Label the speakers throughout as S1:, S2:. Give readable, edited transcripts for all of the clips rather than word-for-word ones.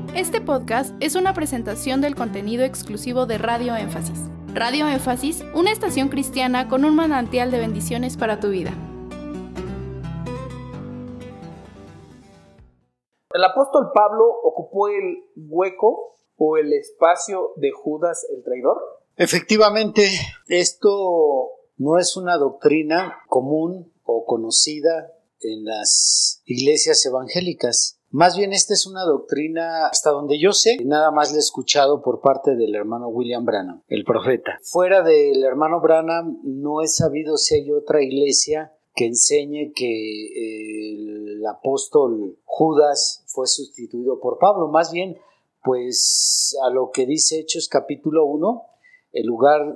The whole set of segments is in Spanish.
S1: Este podcast es una presentación del contenido exclusivo de Radio Énfasis. Radio Énfasis, una estación cristiana con un manantial de bendiciones para tu vida.
S2: ¿El apóstol Pablo ocupó el hueco o el espacio de Judas el traidor?
S3: Efectivamente, esto no es una doctrina común o conocida en las iglesias evangélicas. Más bien esta es una doctrina, hasta donde yo sé, nada más la he escuchado por parte del hermano William Branham, el profeta. Fuera del hermano Branham no he sabido si hay otra iglesia que enseñe que el apóstol Judas fue sustituido por Pablo. Más bien, pues a lo que dice Hechos capítulo 1, el lugar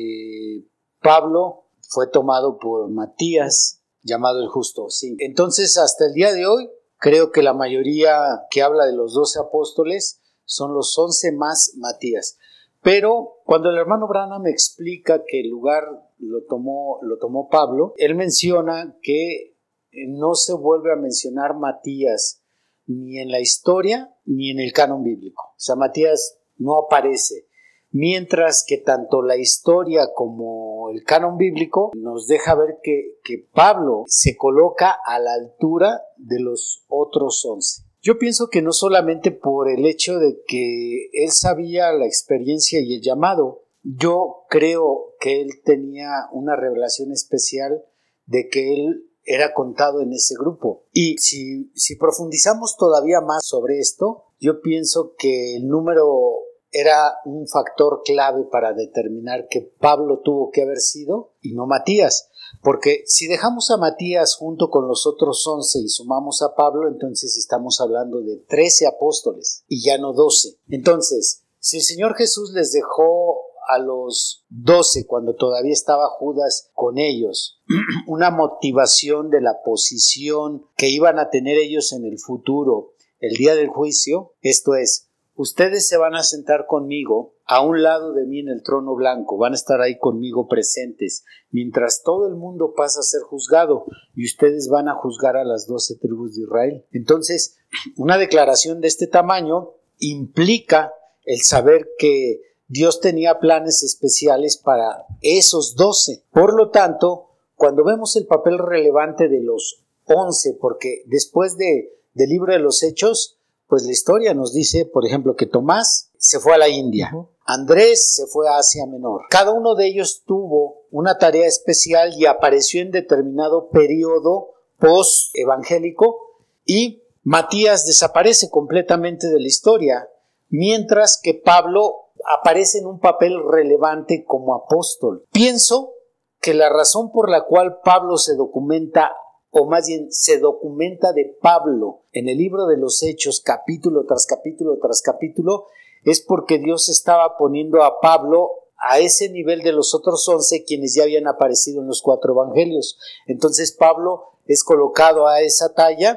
S3: de Pablo fue tomado por Matías, llamado el Justo. Sí. Entonces, hasta el día de hoy, creo que la mayoría que habla de los 12 apóstoles son los 11 más Matías. Pero cuando el hermano Branham explica que el lugar lo tomó Pablo, él menciona que no se vuelve a mencionar Matías ni en la historia ni en el canon bíblico. O sea, Matías no aparece. Mientras que tanto la historia como el canon bíblico nos deja ver que Pablo se coloca a la altura de los otros 11. Yo pienso que no solamente por el hecho de que él sabía la experiencia y el llamado, yo creo que él tenía una revelación especial de que él era contado en ese grupo. Y si profundizamos todavía más sobre esto, yo pienso que el número era un factor clave para determinar que Pablo tuvo que haber sido y no Matías, porque si dejamos a Matías junto con los otros 11 y sumamos a Pablo, entonces estamos hablando de 13 apóstoles y ya no 12. Entonces, si el Señor Jesús les dejó a los 12 cuando todavía estaba Judas con ellos una motivación de la posición que iban a tener ellos en el futuro, el día del juicio, esto es, ustedes se van a sentar conmigo a un lado de mí en el trono blanco, van a estar ahí conmigo presentes, mientras todo el mundo pasa a ser juzgado y ustedes van a juzgar a las 12 tribus de Israel. Entonces, una declaración de este tamaño implica el saber que Dios tenía planes especiales para esos 12. Por lo tanto, cuando vemos el papel relevante de los 11, porque después del libro de los Hechos, pues la historia nos dice, por ejemplo, que Tomás se fue a la India, Andrés se fue a Asia Menor. Cada uno de ellos tuvo una tarea especial y apareció en determinado periodo post-evangélico, y Matías desaparece completamente de la historia, mientras que Pablo aparece en un papel relevante como apóstol. Pienso que la razón por la cual Pablo se documenta, o más bien se documenta de Pablo en el libro de los Hechos, capítulo tras capítulo tras capítulo, es porque Dios estaba poniendo a Pablo a ese nivel de los otros 11 quienes ya habían aparecido en los 4 evangelios. Entonces Pablo es colocado a esa talla,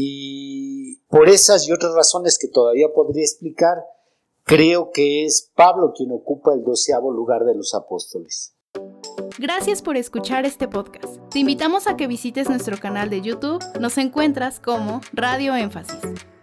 S3: y por esas y otras razones que todavía podría explicar, creo que es Pablo quien ocupa el 12º lugar de los apóstoles.
S1: Gracias por escuchar este podcast. Te invitamos a que visites nuestro canal de YouTube. Nos encuentras como Radio Énfasis.